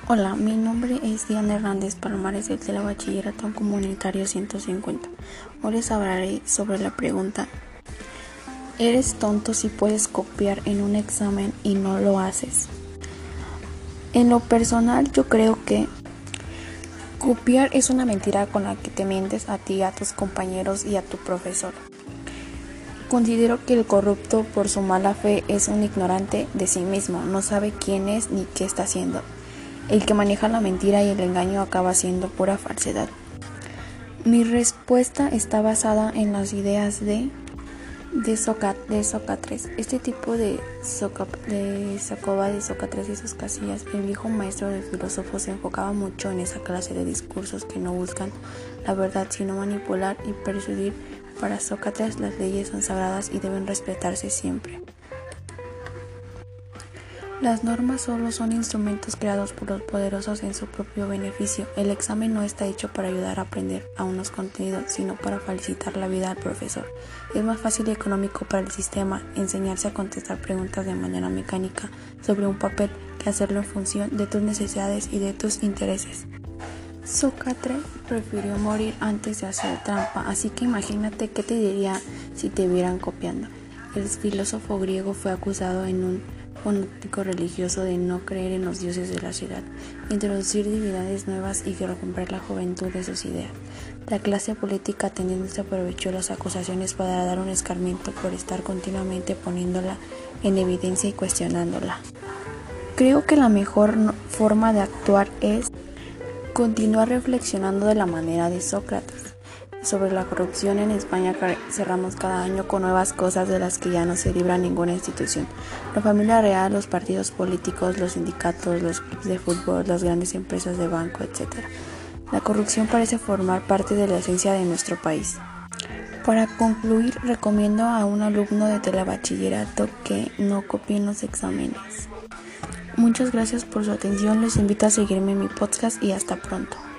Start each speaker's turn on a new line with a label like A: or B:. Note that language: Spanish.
A: Hola, mi nombre es Diana Hernández Palomares del Telebachillerato Comunitario 150. Hoy les hablaré sobre la pregunta: ¿eres tonto si puedes copiar en un examen y no lo haces? En lo personal, yo creo que copiar es una mentira con la que te mientes a ti, a tus compañeros y a tu profesor. Considero que el corrupto, por su mala fe, es un ignorante de sí mismo, no sabe quién es ni qué está haciendo. El que maneja la mentira y el engaño acaba siendo pura falsedad. Mi respuesta está basada en las ideas de Sócrates. Este tipo de Sacaba de Sócrates y sus casillas, el viejo maestro del filósofo, se enfocaba mucho en esa clase de discursos que no buscan la verdad sino manipular y persuadir. Para Sócrates, las leyes son sagradas y deben respetarse siempre. Las normas solo son instrumentos creados por los poderosos en su propio beneficio. El examen no está hecho para ayudar a aprender a unos contenidos, sino para facilitar la vida al profesor. Es más fácil y económico para el sistema enseñarse a contestar preguntas de manera mecánica sobre un papel que hacerlo en función de tus necesidades y de tus intereses. Sócrates prefirió morir antes de hacer trampa, así que imagínate qué te diría si te vieran copiando. El filósofo griego fue acusado en un fanático religioso de no creer en los dioses de la ciudad, introducir divinidades nuevas y corromper la juventud de sus ideas. La clase política ateniense aprovechó las acusaciones para dar un escarmiento por estar continuamente poniéndola en evidencia y cuestionándola. Creo que la mejor forma de actuar es continuar reflexionando de la manera de Sócrates. Sobre la corrupción en España cerramos cada año con nuevas cosas de las que ya no se libra ninguna institución. La familia real, los partidos políticos, los sindicatos, los clubes de fútbol, las grandes empresas de banco, etc. La corrupción parece formar parte de la esencia de nuestro país. Para concluir, recomiendo a un alumno de telebachillerato que no copie en los exámenes. Muchas gracias por su atención, les invito a seguirme en mi podcast y hasta pronto.